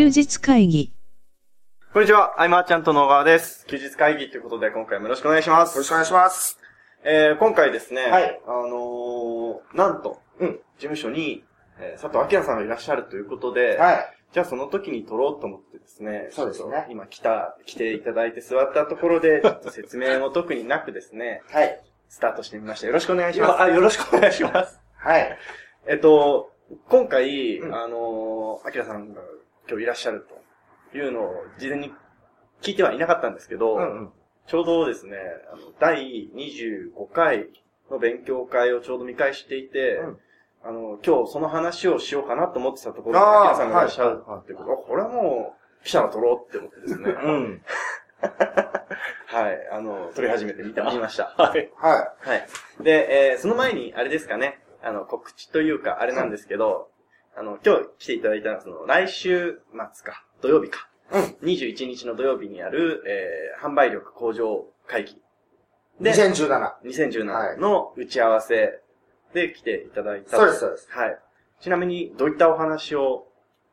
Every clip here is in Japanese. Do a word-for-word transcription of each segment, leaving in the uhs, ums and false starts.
日会議。 こんにちは、アイマーちゃんと野川です。休日会議ということで今回もよろしくお願いします。 よろしくお願いします。 えー、今回ですね、 はい、 あのー、なんと、うん、事務所に、えー、佐藤明さんがいらっしゃるということで、はい、じゃあその時に撮ろうと思ってですね、 そうですね。 今来た、来ていただいて座ったところで、ちょっと説明も特になくですね、 はい。 スタートしてみました。よろしくお願いします。 あ、よろしくお願いします。はい。 えっと、今回、うん、あのー、明さんが今日いらっしゃるというのを事前に聞いてはいなかったんですけど、うんうん、ちょうどですね、あのだいにじゅうごかいの勉強会をちょうど見返していて、うん、あの、今日その話をしようかなと思ってたところに、明さんがいらっしゃるってこと、はいはい、これはもう、記者が撮ろうって思ってですね。うん、はい、あの、撮り始めて見てみました。 はい。 はい。はい。で、えー、その前に、あれですかね、あの、告知というか、あれなんですけど、うん、あの、今日来ていただいたのは、その、来週末か、土曜日か。うん。にじゅういちにちの土曜日にある、えー、販売力向上会議。 で、にせんじゅうなな。 にせんじゅうななの打ち合わせで来ていただいた。 そうです、そうです。 はい。ちなみに、どういったお話を？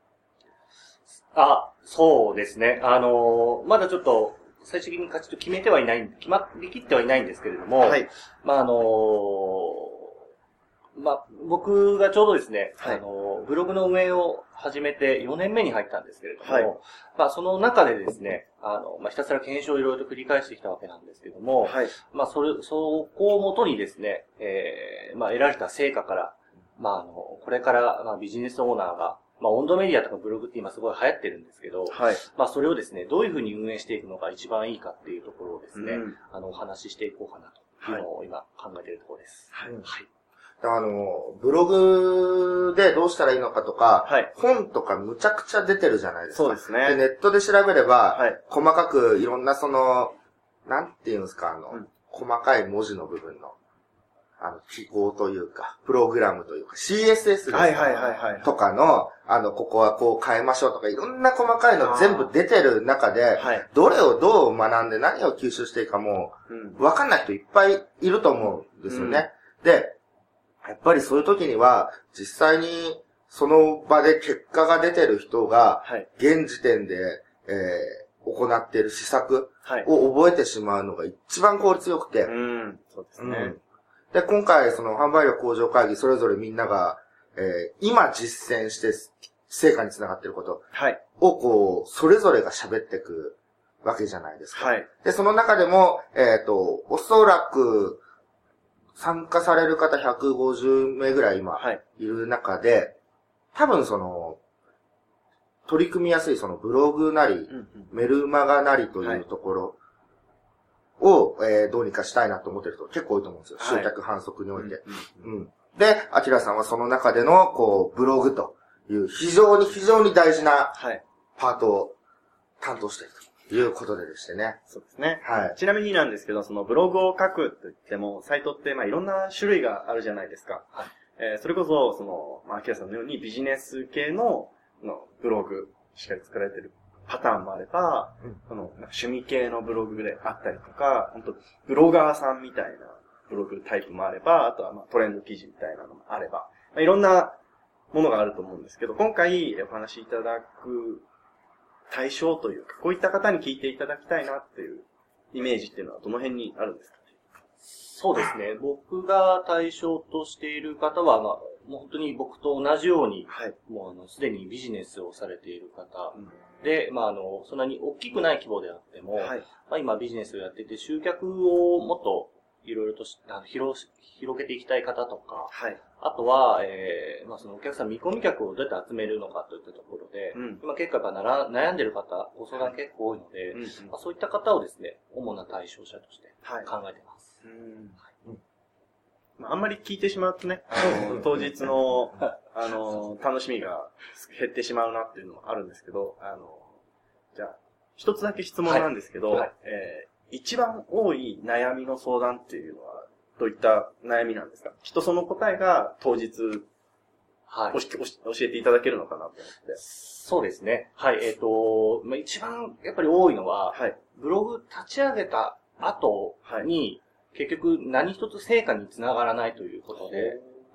あ、そうですね。あのー、まだちょっと、最終的に決めてはいない、決まりきってはいないんですけれども、はい。まあ、あのー、まあ、僕がちょうどですね、はい、あの、ブログの運営を始めてよねんめに入ったんですけれども、はい、まあ、その中でですね、あの、まあ、ひたすら検証をいろいろと繰り返してきたわけなんですけども、はい、まあ、それ、そこをもとにですね、えー、まあ、得られた成果から、まあ、あの、これから、まあ、ビジネスオーナーが、まあ、温度メディアとかブログって今すごい流行ってるんですけど、はい、まあ、それをですね、どういうふうに運営していくのが一番いいかっていうところをですね、うん、あの、お話ししていこうかなというのを今考えているところです。はい。はいあの、ブログでどうしたらいいのかとか、はい、本とかむちゃくちゃ出てるじゃないですか。 そうですね。 で、ネットで調べれば、はい、細かくいろんなその、なんていうんですか、あの、うん、細かい文字の部分の、あの、記号というか、プログラムというか、シーエスエス ですか、はいはいはいはい、とかの、あの、ここはこう変えましょうとか、いろんな細かいの全部出てる中で、はい、どれをどう学んで何を吸収していいかもう、わかんない人いっぱいいると思うんですよね。うん、で、やっぱりそういう時には、実際にその場で結果が出てる人が、現時点で、えー、行っている施策を覚えてしまうのが一番効率よくて。 うん、そうですね。うん、 で、今回その販売力向上会議それぞれみんなが、えー、今実践して成果につながっていることをこう、それぞれが喋っていくわけじゃないですか。はい、で、その中でも、えっと、おそらく、参加される方ひゃくごじゅうめいぐらい今いる中で、はい、多分その、取り組みやすいそのブログなり、うんうん、メルマガなりというところを、はい、えー、どうにかしたいなと思ってる人結構多いと思うんですよ。はい、集客反則において。うんうんうん、で、アキラさんはその中での、こう、ブログという非常に非常に大事なパートを担当していると。いうことででしてね。 そうですね。はい。ちなみになんですけど、そのブログを書くと言っても、サイトってまあいろんな種類があるじゃないですか。はい。えー、それこそ、その、まあ、アキラさんのようにビジネス系の、のブログ、しっかり作られてるパターンもあれば、うん、その、趣味系のブログであったりとか、本当ブロガーさんみたいなブログタイプもあれば、あとはまあトレンド記事みたいなのもあれば、まあ、いろんなものがあると思うんですけど、今回お話しいただく、対象というか、こういった方に聞いていただきたいなっていうイメージっていうのはどの辺にあるんですかね？ そうですね。僕が対象としている方は、まあ、もう本当に僕と同じように、はい、もうあの、すでにビジネスをされている方、うん、で、まああの、そんなに大きくない規模であっても、はい、まあ今ビジネスをやっていて、集客をもっといろいろとしあの広広げていきたい方とか、はい、あとは、えー、まあそのお客さん見込み客をどうやって集めるのかといったところで、うん、今結構やっぱなら悩んでる方、ご相談結構多いので、うんうん、まあ、そういった方をですね、主な対象者として考えてます。はい、うんうんまあ、あんまり聞いてしまうとね、あの当日の、あの、楽しみが減ってしまうなっていうのもあるんですけど、あの、じゃあ、一つだけ質問なんですけど、はいはい、えー、一番多い悩みの相談っていうのは、どういった悩みなんですか？きっとその答えが当日、はい、教えていただけるのかなと思って。 そうですね。はい、えっと、まあ、一番やっぱり多いのは、はい、ブログ立ち上げた後に、はい、結局何一つ成果につながらないということで、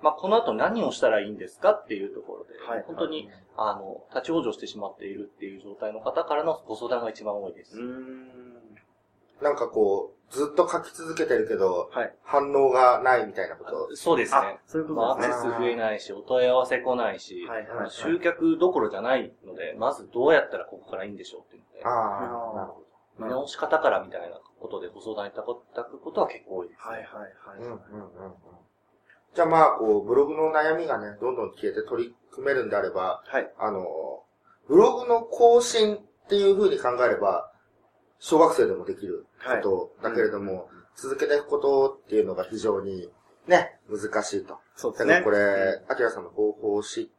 まあ、この後何をしたらいいんですかっていうところで、はい、本当に、はい、あの、立ち往生してしまっているっていう状態の方からのご相談が一番多いです。うーん、 なんかこう、ずっと書き続けてるけど、はい、反応がないみたいなこと。 そうですね。 そういうことですね。 アクセス増えないし、お問い合わせ来ないし、はいはいはい、集客どころじゃないので、まずどうやったらここからいいんでしょうっていうので。ああ、なるほど。見直し方からみたいなことでご相談いただくことは結構多いです、ね。はいはいはい。うんうんうんうん。 じゃあまあ、こう、ブログの悩みがね、どんどん消えて取り組めるんであれば、はい。あの、ブログの更新っていう風に考えれば、小学生でもできることだけれども、はい、うん、続けていくことっていうのが非常にね、難しいと。そうですね。これ、アキラさんの方法を知って、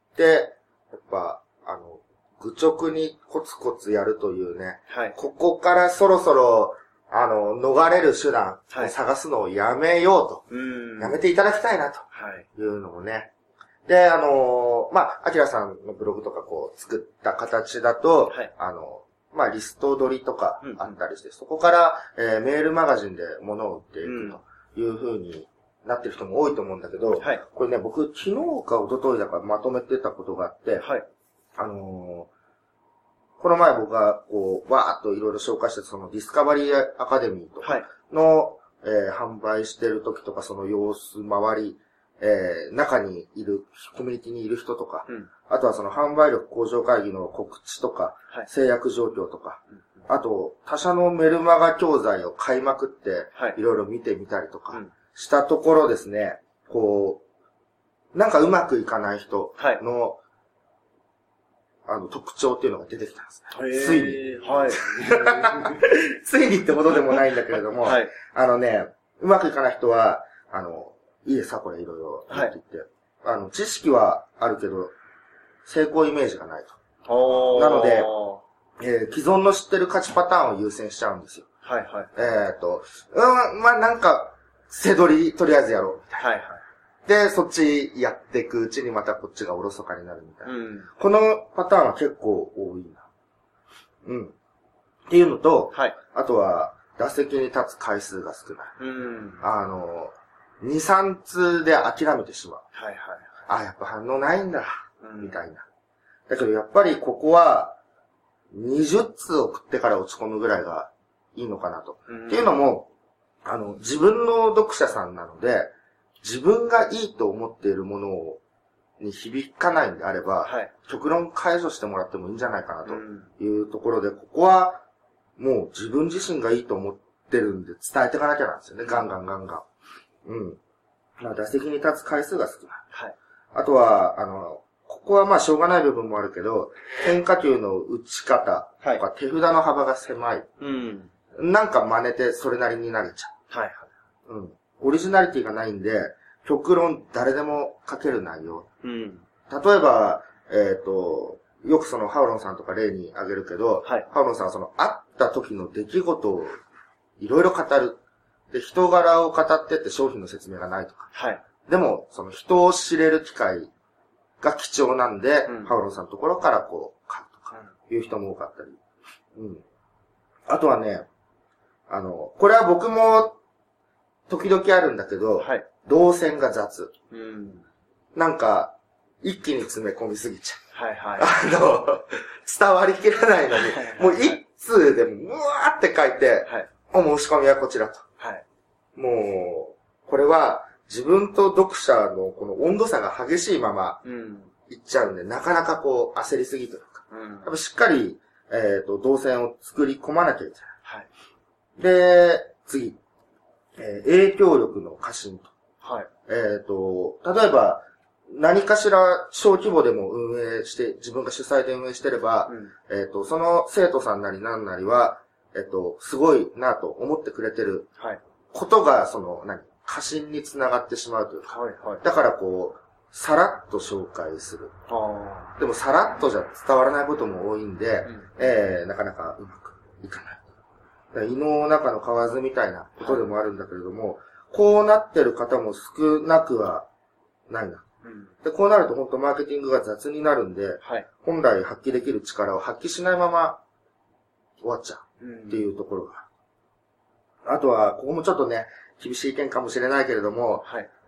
やっぱ、あの、愚直にコツコツやるというね、はい、ここからそろそろ、あの、逃れる手段を探すのをやめようと。はい、やめていただきたいなと。いうのもね。で、あの、まあ、アキラさんのブログとかこう作った形だと、はい、あの、まあ、リスト取りとかあったりして、うんうん、そこから、えー、メールマガジンで物を売っていくという風になってる人も多いと思うんだけど、はい、これね、僕昨日か一昨日だからまとめてたことがあって、はい、あのー、この前僕がこう、わーっといろいろ紹介したそのディスカバリーアカデミーとかの、はい、えー、販売してる時とかその様子、周り、えー、中にいる、コミュニティにいる人とか、うん、あとはその販売力向上会議の告知とか、はい、制約状況とか、うん、あと他社のメルマガ教材を買いまくって、はい、いろいろ見てみたりとかしたところですね、こう、なんかうまくいかない人の、はい、あの、特徴っていうのが出てきたんですね。ついに。はい。ついにってことでもないんだけれども、はい、あのね、うまくいかない人は、あの、いいですかこれいろいろ言って言って、はい。あの、知識はあるけど、成功イメージがないと。なので、えー、既存の知ってる価値パターンを優先しちゃうんですよ。はいはい。えっと、うん、まあ、なんか、背取り、とりあえずやろう、みたいな。はいはい。で、そっちやっていくうちにまたこっちがおろそかになるみたいな。うん、このパターンは結構多いな。うん。っていうのと、はい。あとは、打席に立つ回数が少ない。うん。あの、に、さん通で諦めてしまう。はいはい。あ、やっぱ反応ないんだ。うん、みたいな。だけどやっぱりここは、にじゅっ通送ってから落ち込むぐらいがいいのかなと。うん、っていうのも、あの、自分の読者さんなので、自分がいいと思っているものをに響かないんであれば、はい、極論解除してもらってもいいんじゃないかなというところで、ここはもう自分自身がいいと思ってるんで伝えていかなきゃなんですよね。ガンガンガンガン。うん。まあ、打席に立つ回数が少ない。はい。あとは、あの、ここはまあしょうがない部分もあるけど、変化球の打ち方とか手札の幅が狭い。うん。なんか真似てそれなりになれちゃう。はいはい。うん。オリジナリティがないんで、極論誰でも書ける内容。うん。例えば、えっと、よくそのハウロンさんとか例に挙げるけど、はい、ハウロンさんはその会った時の出来事をいろいろ語る。で、人柄を語ってって商品の説明がないとか。はい。でも、その人を知れる機会が貴重なんで、うん、ハウロンさんのところからこう、書くとか、いう人も多かったり。うん。あとはね、あの、これは僕も、時々あるんだけど、はい、動線が雑。うん、なんか、一気に詰め込みすぎちゃう。はいはい。あの、伝わりきらないのに、もう一通でも、うわーって書いて、はい、お申し込みはこちらと。はい、もう、これは、自分と読者のこの温度差が激しいまま、いっちゃうんで、うん、なかなかこう、焦りすぎというか、うん、やっぱしっかり、えっと、動線を作り込まなきゃいけない。はい、で、次。えー、影響力の過信と。はい。えっと、例えば、何かしら小規模でも運営して、自分が主催で運営してれば、うん、えっと、その生徒さんなりなんなりは、えっと、すごいなと思ってくれてることが、その、何、過信につながってしまうというか。はいはい。だからこう、さらっと紹介する。あでもさらっとじゃ伝わらないことも多いんで、うん、えー、なかなかうまくいかない。胃の中の蛙みたいなことでもあるんだけれども、はい、こうなってる方も少なくはないな。うん、で、こうなると本当マーケティングが雑になるんで、はい、本来発揮できる力を発揮しないまま終わっちゃうっていうところが。うん、あとは、ここもちょっとね、厳しい意見かもしれないけれども、はい、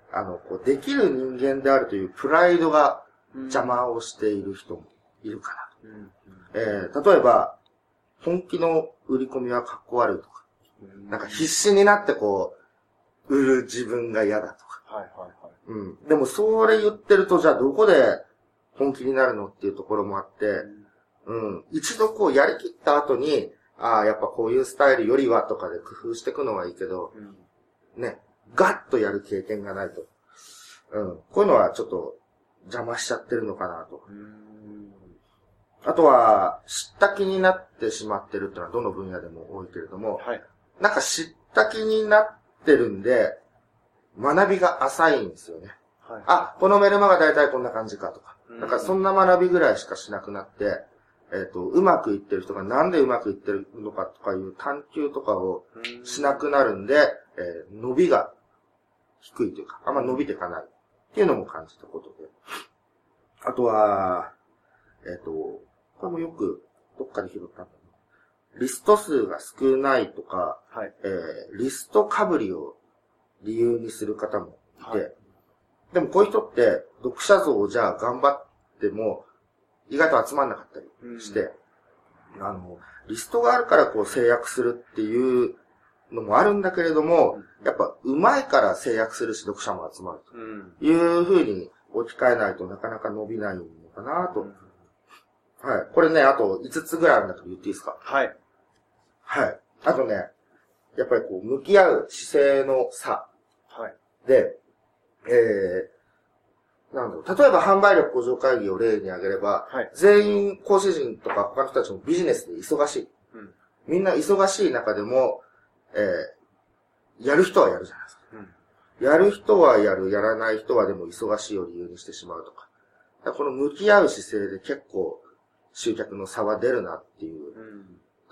あの、こう、できる人間であるというプライドが邪魔をしている人もいるかなと。うんうん、えー、例えば、本気の売り込みはかっこ悪いとか、うん、なんか必死になってこう、売る自分が嫌だとか。はいはいはい。うん。でもそれ言ってると、じゃあどこで本気になるのっていうところもあって、うん。うん、一度こうやりきった後に、ああ、やっぱこういうスタイルよりはとかで工夫していくのはいいけど、うん、ね、ガッとやる経験がないと。うん。こういうのはちょっと邪魔しちゃってるのかなと。うんあとは、知った気になってしまってるってのはどの分野でも多いけれども、はい、なんか知った気になってるんで、学びが浅いんですよね。はい、あ、このメルマガ大体こんな感じかとか。なんかそんな学びぐらいしかしなくなって、えっと、うまくいってる人がなんでうまくいってるのかとかいう探求とかをしなくなるんで、えー、伸びが低いというか、あんま伸びていかないっていうのも感じたことで。あとは、えっと、これもよくどっかで拾ったんだけど、リスト数が少ないとか、はい、えー、リストかぶりを理由にする方もいて、はい、でもこういう人って読者像をじゃあ頑張っても意外と集まんなかったりして、うん、あの、リストがあるからこう制約するっていうのもあるんだけれども、うん、やっぱ上手いから制約するし読者も集まるという風に置き換えないとなかなか伸びないのかなと。うんはい。これね、あといつつぐらいあるんだけど言っていいですか？はい。はい。あとね、やっぱりこう、向き合う姿勢の差。はい。で、えー、なんだろう。例えば販売力向上会議を例に挙げれば、はい、全員講師陣とか他の人たちもビジネスで忙しい。うん、みんな忙しい中でも、えー、やる人はやるじゃないですか。うん、やる人はやる、やらない人はでも忙しいを理由にしてしまうとか。だからこの向き合う姿勢で結構、集客の差は出るなっていう。うん、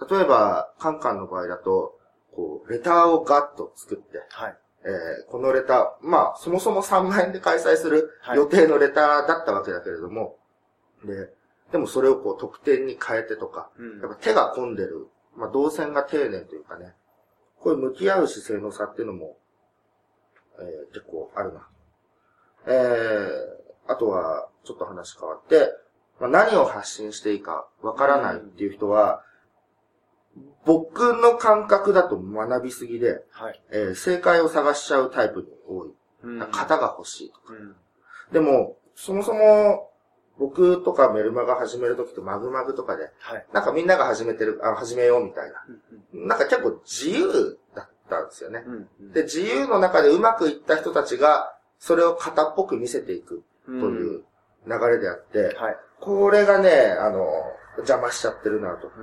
例えば、カンカンの場合だと、こう、レターをガッと作って、はい、えー、このレター、まあ、そもそもさんまんえんで開催する予定のレターだったわけだけれども、はい、で、でもそれをこう、特典に変えてとか、うん、やっぱ手が込んでる、まあ、動線が丁寧というかね、こういう向き合う姿勢の差っていうのも、えー、結構あるな。えー、あとは、ちょっと話変わって、まあ、何を発信していいかわからないっていう人は、うん、僕の感覚だと学びすぎで、はいえー、正解を探しちゃうタイプに多い。うん、型が欲しいとか、うん。でも、そもそも僕とかメルマガ始めるときとマグマグとかで、はい、なんかみんなが始めてる、あ、始めようみたいな。うんうん、なんか結構自由だったんですよね、うんうん。で、自由の中でうまくいった人たちが、それを型っぽく見せていくという流れであって、うんはいこれがね、あの、邪魔しちゃってるなと。うん、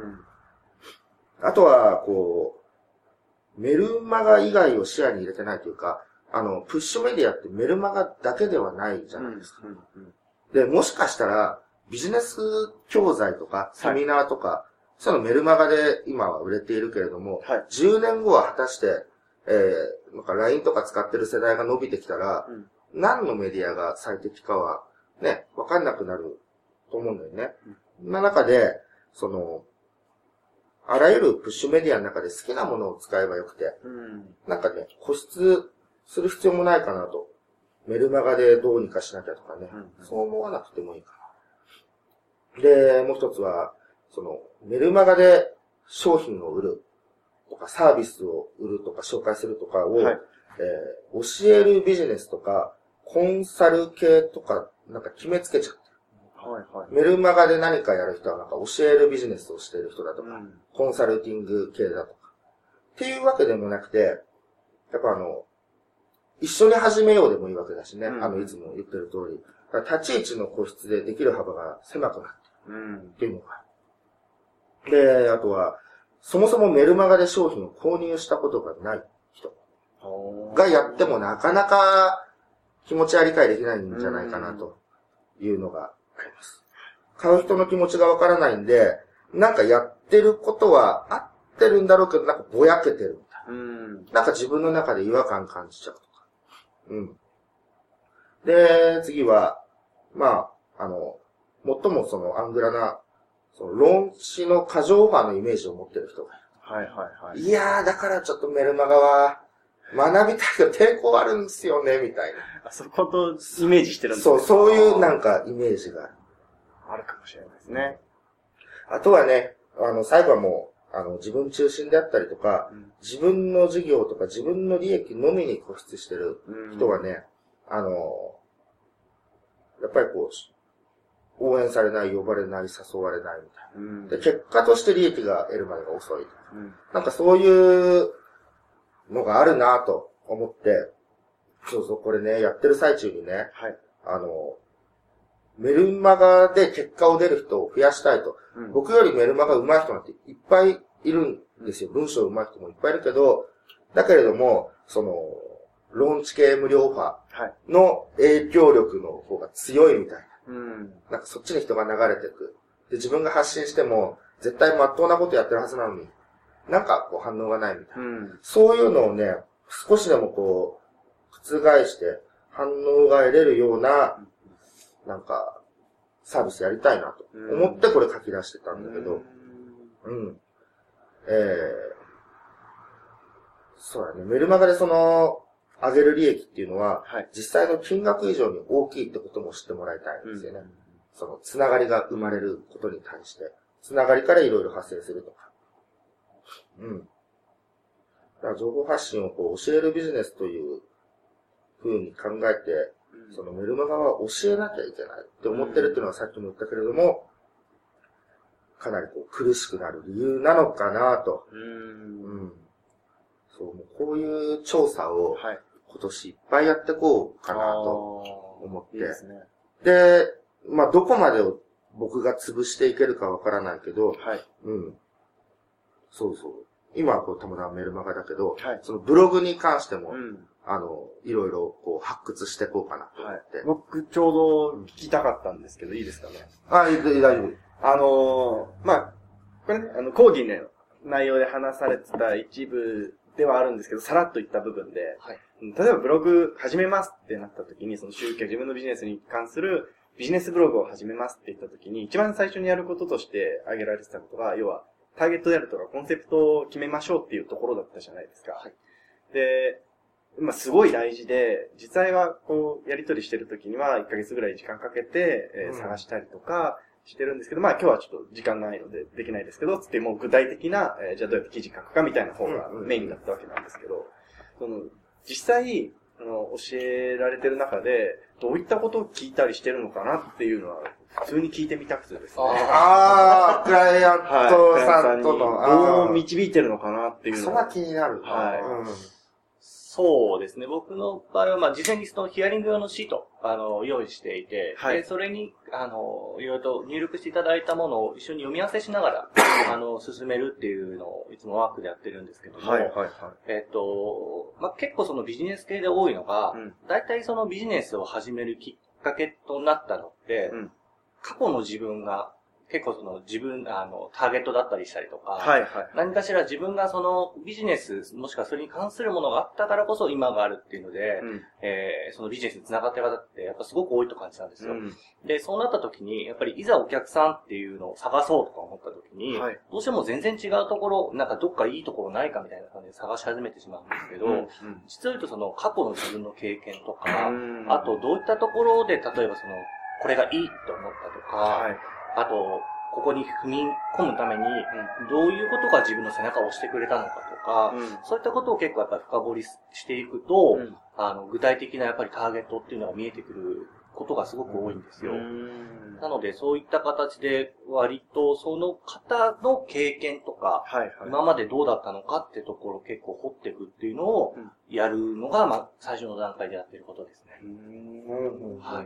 あとは、こう、メルマガ以外を視野に入れてないというか、あの、プッシュメディアってメルマガだけではないじゃないですか。うんうんうん、で、もしかしたら、ビジネス教材とか、セミナーとか、はい、そのメルマガで今は売れているけれども、はい、じゅうねんごは果たして、えー、なんか ライン とか使ってる世代が伸びてきたら、うん、何のメディアが最適かは、ね、わかんなくなる。と思うんだよね。そんな中で、その、あらゆるプッシュメディアの中で好きなものを使えばよくて、うん、なんかね、固執する必要もないかなと。メルマガでどうにかしなきゃとかね、うん、そう思わなくてもいいかな。で、もう一つは、その、メルマガで商品を売るとか、サービスを売るとか、紹介するとかを、はいえー、教えるビジネスとか、コンサル系とか、なんか決めつけちゃう。はいはい、メルマガで何かやる人はなんか教えるビジネスをしている人だとか、うん、コンサルティング系だとか。っていうわけでもなくて、やっぱあの、一緒に始めようでもいいわけだしね。うん、あの、いつも言ってる通り。立ち位置の個室でできる幅が狭くなってる。うん、っていうのが。で、あとは、そもそもメルマガで商品を購入したことがない人がやってもなかなか気持ちは理解できないんじゃないかなというのがあります。買う人の気持ちがわからないんで、なんかやってることは合ってるんだろうけど、なんかぼやけてるみたいな。うん、なんか自分の中で違和感感じちゃうとか。うん。で、次は、まあ、あの、最もそのアングラな、その、ローンチの過剰オファーのイメージを持ってる人がいる。はいはいはい。いやー、だからちょっとメルマガは、 学びたいけど抵抗あるんですよね、みたいな。 あそことイメージしてるんですね。そう、そういうなんかイメージがあるかもしれないですね。 あとはね、あの、最後はもう、あの、自分中心であったりとか、うん、自分の事業とか自分の利益のみに固執してる人はね、うん、あの、やっぱりこう、応援されない、呼ばれない、誘われないみたいな。うん、で、結果として利益が得るまでが遅い。うん、なんかそういうのがあるなと思って、そうそう、これね、やってる最中にね、はい、あの、メルマガで結果を出る人を増やしたいと。うん、僕よりメルマガ上手い人なんていっぱいいるんですよ。文章上手い人もいっぱいいるけど、だけれども、その、ローンチ系無料オファーの影響力の方が強いみたいな。うん、なんかそっちに人が流れていく。で、自分が発信しても、絶対真っ当なことやってるはずなのに、なんかこう反応がないみたいな。うん、そういうのをね、少しでもこう、覆して反応が得れるような、なんか、サービスやりたいなと思ってこれ書き出してたんだけど、うん。えー、そうだね。メルマガでその、上げる利益っていうのは、はい、実際の金額以上に大きいってことも知ってもらいたいんですよね。うん、その、つながりが生まれることに対して、つながりからいろいろ発生するとか。うん。だから情報発信をこう教えるビジネスという風に考えて、そのメルマガは教えなきゃいけないって思ってるっていうのはさっきも言ったけれども、かなりこう苦しくなる理由なのかなと。うん、うん。そう、もうこういう調査を今年いっぱいやってこうかなと思って。いいですね。で、まあどこまでを僕が潰していけるかわからないけど、はい。うん。そうそう。今はこうたまたまメルマガだけど、はい、そのブログに関しても、うん、あの、いろいろこう発掘していこうかなと思って、はい。 僕ちょうど聞きたかったんですけど、いいですかね。 あ、いい、大丈夫。 あのー、まあ、これね、あの、講義の内容で話されてた一部ではあるんですけど、さらっといった部分で、はい、例えばブログ始めますってなった時に、その集客、自分のビジネスに関するビジネスブログを始めますって言った時に、一番最初にやることとして挙げられてたことが、要は、ターゲットであるとかコンセプトを決めましょうっていうところだったじゃないですか。はい、で、まあ、すごい大事で、実際はこう、やり取りしてる時には、いっかげつぐらい時間かけて、えー、探したりとかしてるんですけど、うん、まあ今日はちょっと時間ないのでできないですけど、つってもう具体的な、えー、じゃあどうやって記事書くかみたいな方がメインだったわけなんですけど、その、実際、あの、教えられてる中で、どういったことを聞いたりしてるのかなっていうのは、普通に聞いてみたくてですね。 ああ、クライアントさんとの、 はい、どう導いてるのかなっていうのそんな気になる。 はい。うん、そうですね。僕の場合は、まあ、事前にそのヒアリング用のシート、あの、用意していて、はい、で、それに、あの、いろいろと入力していただいたものを一緒に読み合わせしながら、あの、進めるっていうのをいつもワークでやってるんですけども、はいはいはい。えっと、まあ、結構そのビジネス系で多いのが、うん、大体そのビジネスを始めるきっかけとなったのって、うん、過去の自分が、結構その自分、あの、ターゲットだったりしたりとか、はいはい、何かしら自分がそのビジネス、もしくはそれに関するものがあったからこそ今があるっていうので、うん、えー、そのビジネスに繋がってる方ってやっぱすごく多いと感じたんですよ。うん、で、そうなった時に、やっぱりいざお客さんっていうのを探そうとか思った時に、はい、どうしても全然違うところ、なんかどっかいいところないかみたいな感じで探し始めてしまうんですけど、うんうん、実を言うとその過去の自分の経験とか、うん、あとどういったところで例えばその、これがいいと思ったとか、はい、あと、ここに踏み込むために、どういうことが自分の背中を押してくれたのかとか、うん、そういったことを結構やっぱり深掘りしていくと、うん、あの、具体的なやっぱりターゲットっていうのが見えてくることがすごく多いんですよ。うん、なので、そういった形で割とその方の経験とか、はいはい、今までどうだったのかってところを結構掘っていくっていうのをやるのが、まあ、最初の段階でやってることですね。うんはい、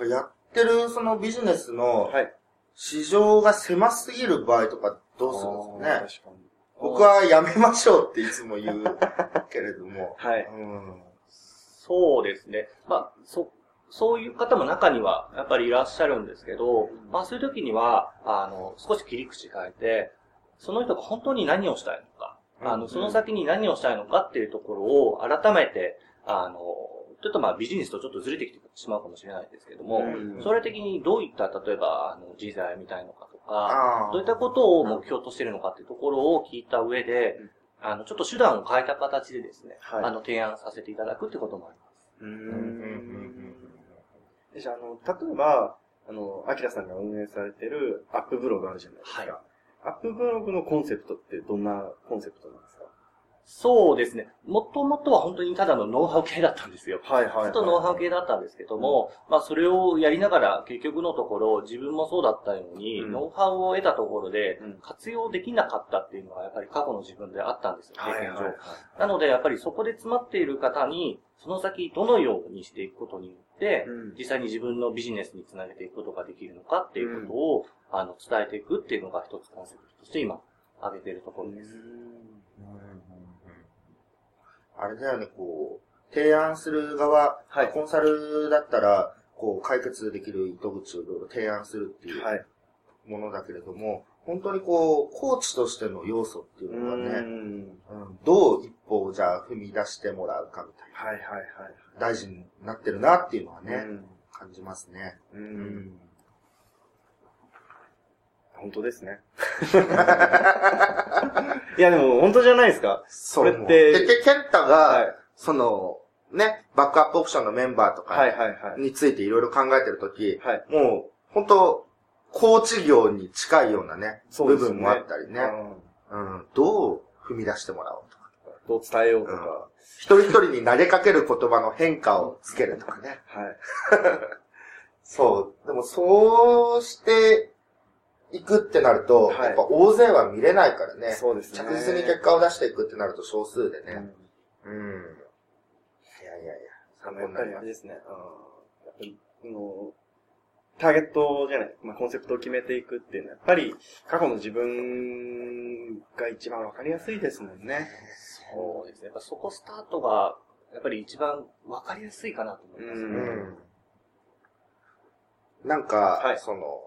やってるそのビジネスの、はい市場が狭すぎる場合とかどうするんですかね。確かに僕はやめましょうっていつも言うけれども。はい、うん。 そうですね。まあ、そ、そういう方も中にはやっぱりいらっしゃるんですけど、うん、まあそういう時には、あの、少し切り口変えて、その人が本当に何をしたいのか、うん、あの、その先に何をしたいのかっていうところを改めて、あの、ちょっとまあビジネスとちょっとずれてきてしまうかもしれないですけども、うん、将来的にどういった、例えば、あの、人生を歩みたいのかとか、どういったことを目標としているのかっていうところを聞いた上で、 あの、ちょっと手段を変えた形でですね、 はい、 あの、提案させていただくってこともあります。 うーん。じゃあ、あの、例えば、あの、アキラさんが運営されてるアップブログあるじゃないですか。はい、アップブログのコンセプトってどんなコンセプトなんですか？ そうですね。もともとは本当にただのノウハウ系だったんですよ。 はいはい、はい。 ずっとノウハウ系だったんですけども、うん、まあそれをやりながら結局のところ自分もそうだったように、うん、ノウハウを得たところで活用できなかったっていうのがやっぱり過去の自分であったんですよ、経験上。はいはいはい、なのでやっぱりそこで詰まっている方に、その先どのようにしていくことによって、うん、実際に自分のビジネスにつなげていくことができるのかっていうことを、うん、あの伝えていくっていうのが一つコンセプトとして今挙げているところです。 あれだよね、こう、提案する側、はい、コンサルだったら、こう、解決できる糸口をいろいろ提案するっていうものだけれども、はい、本当にこう、コーチとしての要素っていうのがね、うん、どう一歩をじゃあ踏み出してもらうかみたいな、 はいはいはい、 大事になってるなっていうのはね、うん、感じますね。うんうん、 本当ですね。いやでも本当じゃないですか。 それって。で、で、ケンタが、はい、その、ね、バックアップオプションのメンバーとかについていろいろ考えてるとき、はい、もう、本当コーチ業に近いようなね、部分もあったりね、うん、どう踏み出してもらおうとか。 どう伝えようとか。うん、 一人一人に投げかける言葉の変化をつけるとかね。はい。そう。でもそうして、行くってなると、はい、やっぱ大勢は見れないからね。そうですね。着実に結果を出していくってなると少数でね。うん。うん、いやいやいや。 あの、やっぱりあれですね。うん。やっぱのターゲットじゃない、まあ、コンセプトを決めていくっていうのは、やっぱり過去の自分が一番わかりやすいですもんね。 そうですね。やっぱそこスタートが、やっぱり一番わかりやすいかなと思いますね。うん。 なんか、はい、その、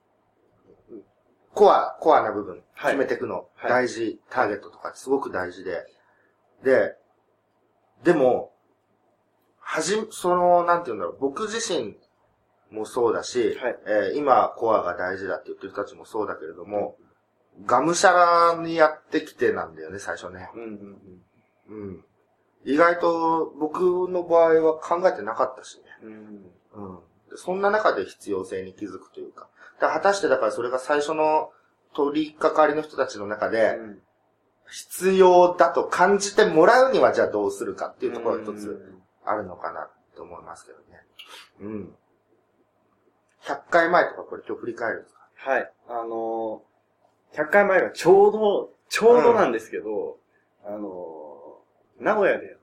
コア、コアな部分、決めていくの、はい、大事、はい、ターゲットとかすごく大事で。で、でも、はじ、その、なんていうんだろう、僕自身もそうだし、はい、えー、今コアが大事だって言ってる人たちもそうだけれども、うん、がむしゃらにやってきてなんだよね、最初ね。うんうんうん、うん。意外と僕の場合は考えてなかったしね。うんうん、そんな中で必要性に気づくというか。だ果たしてだからそれが最初の取り掛かりの人たちの中で、必要だと感じてもらうにはじゃあどうするかっていうところが一つあるのかなと思いますけどね。うん。ひゃっかいまえとかこれ今日振り返るんですか？ はい。あのー、ひゃっかいまえがちょうど、ちょうどなんですけど、うん、あのー、名古屋でやった、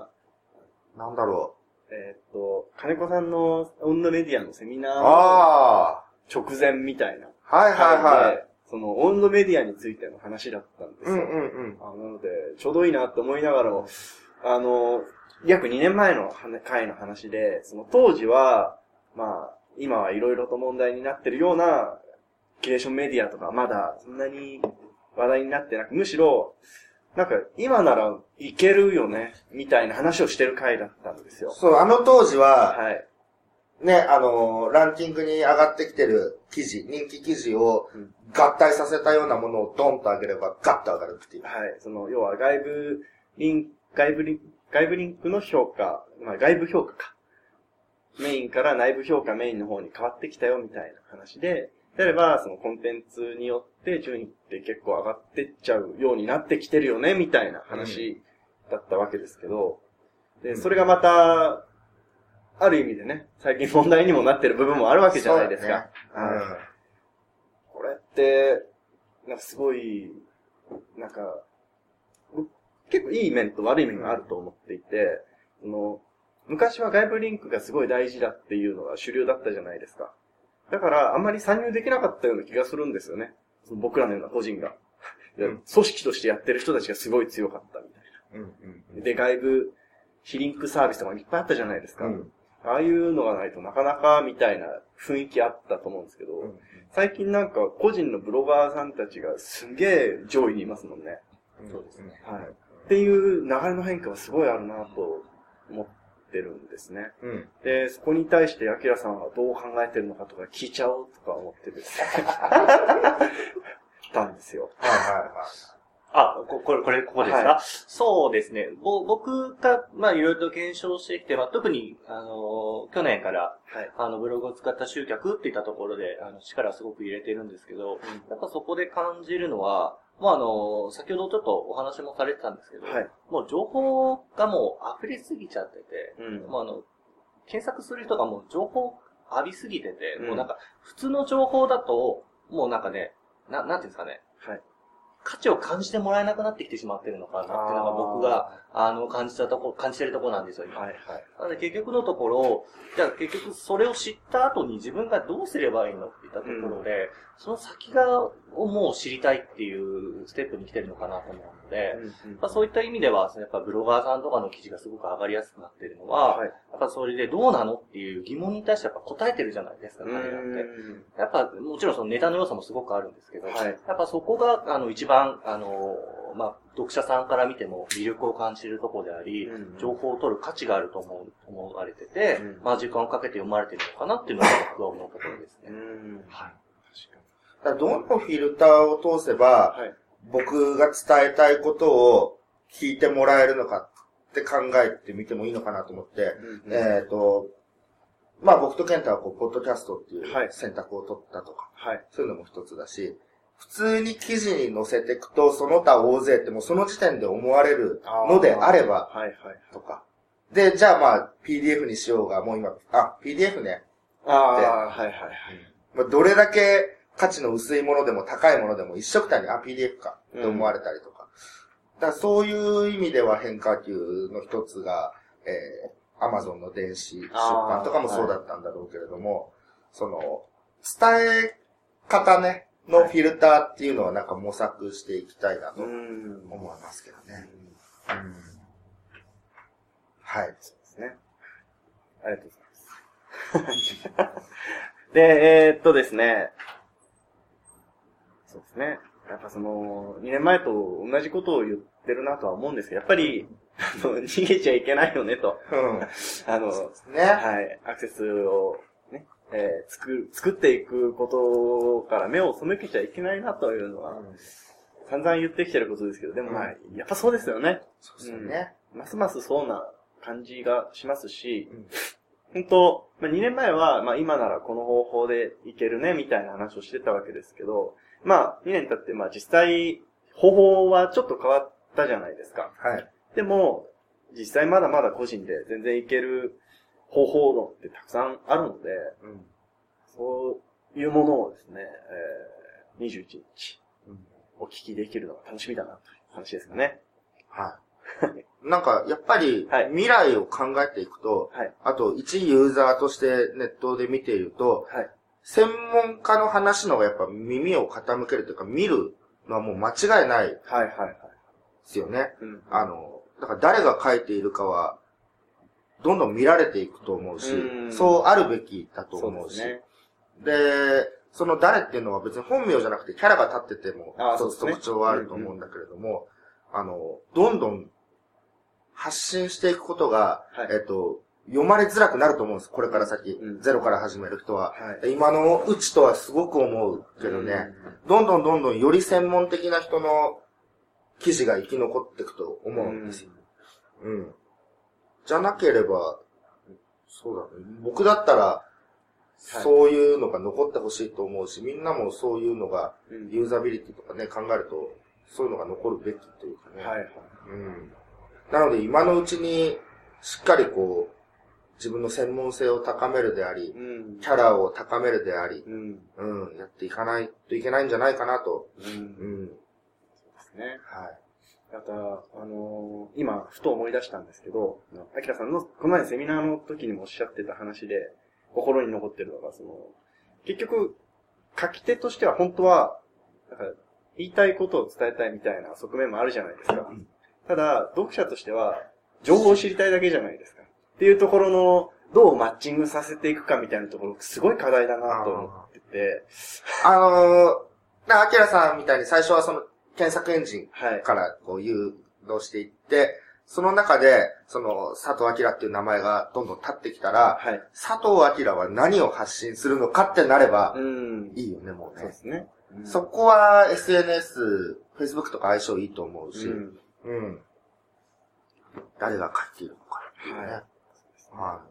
なんだろう。えー、っと、金子さんのオンドメディアのセミナーの直前みたいな。 はいはいはい。 その、オンドメディアについての話だったんですよ。うんうんうん。あなので、ちょうどいいなって思いながらも、あの、約にねんまえの回の話で、その当時は、まあ、今はいろいろと問題になってるような、キュレーションメディアとかまだそんなに話題になってなく、むしろ、なんか、今ならいけるよね、みたいな話をしてる回だったんですよ。 そう、あの当時は、はい。ね、あのー、ランキングに上がってきてる記事、人気記事を合体させたようなものをドンと上げればガッと上がるっていう。 はい。その、要は外部リンク、外部リンク、外部リンクの評価、まあ外部評価か。メインから内部評価メインの方に変わってきたよみたいな話で、例えばそのコンテンツによって順位って結構上がってっちゃうようになってきてるよねみたいな話だったわけですけど、で、それがまた、ある意味でね、最近問題にもなってる部分もあるわけじゃないですか。ね、うん、これって、なんかすごい、なんか、結構いい面と悪い面があると思っていて、その昔は外部リンクがすごい大事だっていうのが主流だったじゃないですか。だからあんまり参入できなかったような気がするんですよね。その僕らのような個人が。うん、組織としてやってる人たちがすごい強かったみたいな。うんうんうん、で、外部非リンクサービスとかいっぱいあったじゃないですか。うん、ああいうのがないとなかなかみたいな雰囲気あったと思うんですけど、うん、最近なんか個人のブロガーさんたちがすげえ上位にいますもんね。 うん、そうですね。 はい。っていう流れの変化はすごいあるなと思ってるんですね。うん、で、そこに対してアキラさんはどう考えてるのかとか聞いちゃおうとか思ってですね。たんですよ。はいはいはい。 あ、ここれ、これ、ここですか、はい、そうですね。ぼ僕が、まあ、いろいろと検証してきて、まあ、特に、あの、去年から、はい、あの、ブログを使った集客っていったところで、あの、力をすごく入れてるんですけど、うん、やっぱそこで感じるのは、まあ、あの、先ほどちょっとお話もされてたんですけど、はい、もう情報がもう溢れすぎちゃってて、うん、もうあの、検索する人がもう情報浴びすぎてて、うん、もうなんか、普通の情報だと、もうなんかね、な、なんていうんですかね、はい、価値を感じてもらえなくなってきてしまってるのかなっていうのが僕が、あの、感じたところ、感じてるところなんですよ、今。はいはい。なので結局のところ、じゃあ結局それを知った後に自分がどうすればいいのって言ったところで、うん、その先が、をもう知りたいっていうステップに来てるのかなと思うので、うんうん、まあ、そういった意味では、やっぱブロガーさんとかの記事がすごく上がりやすくなっているのは、はい、やっぱそれでどうなのっていう疑問に対してやっぱ答えてるじゃないですか、彼らって。やっぱもちろんそのネタの要素もすごくあるんですけど、はい、やっぱそこがあの一番、あの、まあ、読者さんから見ても魅力を感じるところであり、うんうん、情報を取る価値があると思う、思われてて、うん、まあ時間をかけて読まれてるのかなっていうのが僕は思うところですね。うん、はい。 確かに。だからどのフィルターを通せば、はい、僕が伝えたいことを聞いてもらえるのかって考えてみてもいいのかなと思って、うんうん、えっと、まあ僕とケンタはこう、ポッドキャストっていう選択を取ったとか、はい、そういうのも一つだし、普通に記事に載せていくと、その他大勢ってもうその時点で思われるのであれば、はいはい、とか。で、じゃあまあ ピーディーエフ にしようが、もう今、あ、ピーディーエフ ね。 ああ、はいはいはい。 まあ、どれだけ価値の薄いものでも高いものでも一緒くたに、あ、ピーディーエフ かって思われたりとか。うん、だからそういう意味では変化球の一つが、えー、Amazon の電子出版とかもそうだったんだろうけれども、はい、その、伝え方ね、のフィルターっていうのはなんか模索していきたいなと思いますけどね。うんうん、はい。 そうですね。ありがとうございます。で、えー、っとですね。そうですね。やっぱその、にねんまえと同じことを言ってるなとは思うんですけど、やっぱり、あの、逃げちゃいけないよねと。うん、あの、そうですね。はい。アクセスを、えー、作る、作っていくことから目を背けちゃいけないなというのは、うん、散々言ってきてることですけど、でもまあ、うん、やっぱそうですよね。 そうですよね、 うん。ますますそうな感じがしますし、うん、本当、まあ、にねんまえは、まあ今ならこの方法でいけるね、みたいな話をしてたわけですけど、まあにねん経って、まあ実際、方法はちょっと変わったじゃないですか。はい。でも、実際まだまだ個人で全然いける方法論ってたくさんあるので、うん、そういうものをですね、えー、にじゅういちにち、うん、お聞きできるのが楽しみだなという話ですかね。 はい。なんか、やっぱり、未来を考えていくと、はい、あと、一ユーザーとしてネットで見ていると、はい、専門家の話の方がやっぱ耳を傾けるというか、見るのはもう間違いない。はいはいはい。ですよね。うん、あの、だから誰が書いているかは、どんどん見られていくと思うし、うそうあるべきだと思うし。で、ね、その誰っていうのは別に本名じゃなくてキャラが立ってても、一つ特徴はあると思うんだけれども、うんうん、あの、どんどん発信していくことが、はい、えっと、読まれづらくなると思うんです。これから先、うん、ゼロから始める人は、はい。今のうちとはすごく思うけどね、うん、どんどんどんどんより専門的な人の記事が生き残っていくと思うんですよ。うん、うんじゃなければ、そうだね。僕だったら、そういうのが残ってほしいと思うし、みんなもそういうのが、ユーザビリティとかね、考えると、そういうのが残るべきというかね。はいはい。うん。なので今のうちに、しっかりこう、自分の専門性を高めるであり、うん、キャラを高めるであり、うん、うん、やっていかないといけないんじゃないかなと。うん。うん。そうですね。はい。 また、あのー、今、ふと思い出したんですけど、アキラさんの、この前セミナーの時にもおっしゃってた話で、心に残ってるのが、その、結局、書き手としては本当は、だから言いたいことを伝えたいみたいな側面もあるじゃないですか。うん、ただ、読者としては、情報を知りたいだけじゃないですか。っていうところの、どうマッチングさせていくかみたいなところ、すごい課題だなと思ってて。 あのー、アキラさんみたいに最初はその、検索エンジンからこう誘導していって、はい、その中で、その佐藤明っていう名前がどんどん立ってきたら、はい、佐藤明は何を発信するのかってなれば、いいよね、もうね。そうですね。うん、そこは エスエヌエス、 Facebook とか相性いいと思うし、うん。うん、誰が買っているのかっていうね。はい。はい。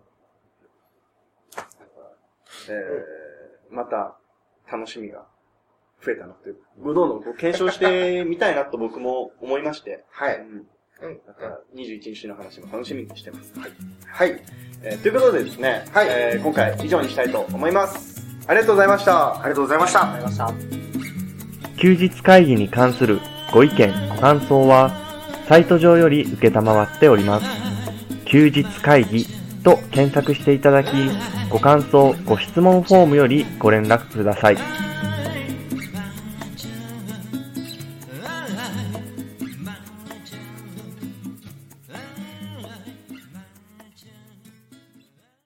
えー、また、楽しみが増えたなというか、どんどん検証してみたいなと僕も思いまして。 はい。 うん。うん。また、にじゅういちにちの話も楽しみにしてます。はい。 はい。 えー、ということでですね、はい。えー、今回以上にしたいと思います。ありがとうございました。 ありがとうございました。 ありがとうございました。 休日会議に関するご意見、ご感想は、サイト上より受けたまわっております。休日会議と検索していただき、ご感想、ご質問フォームよりご連絡ください。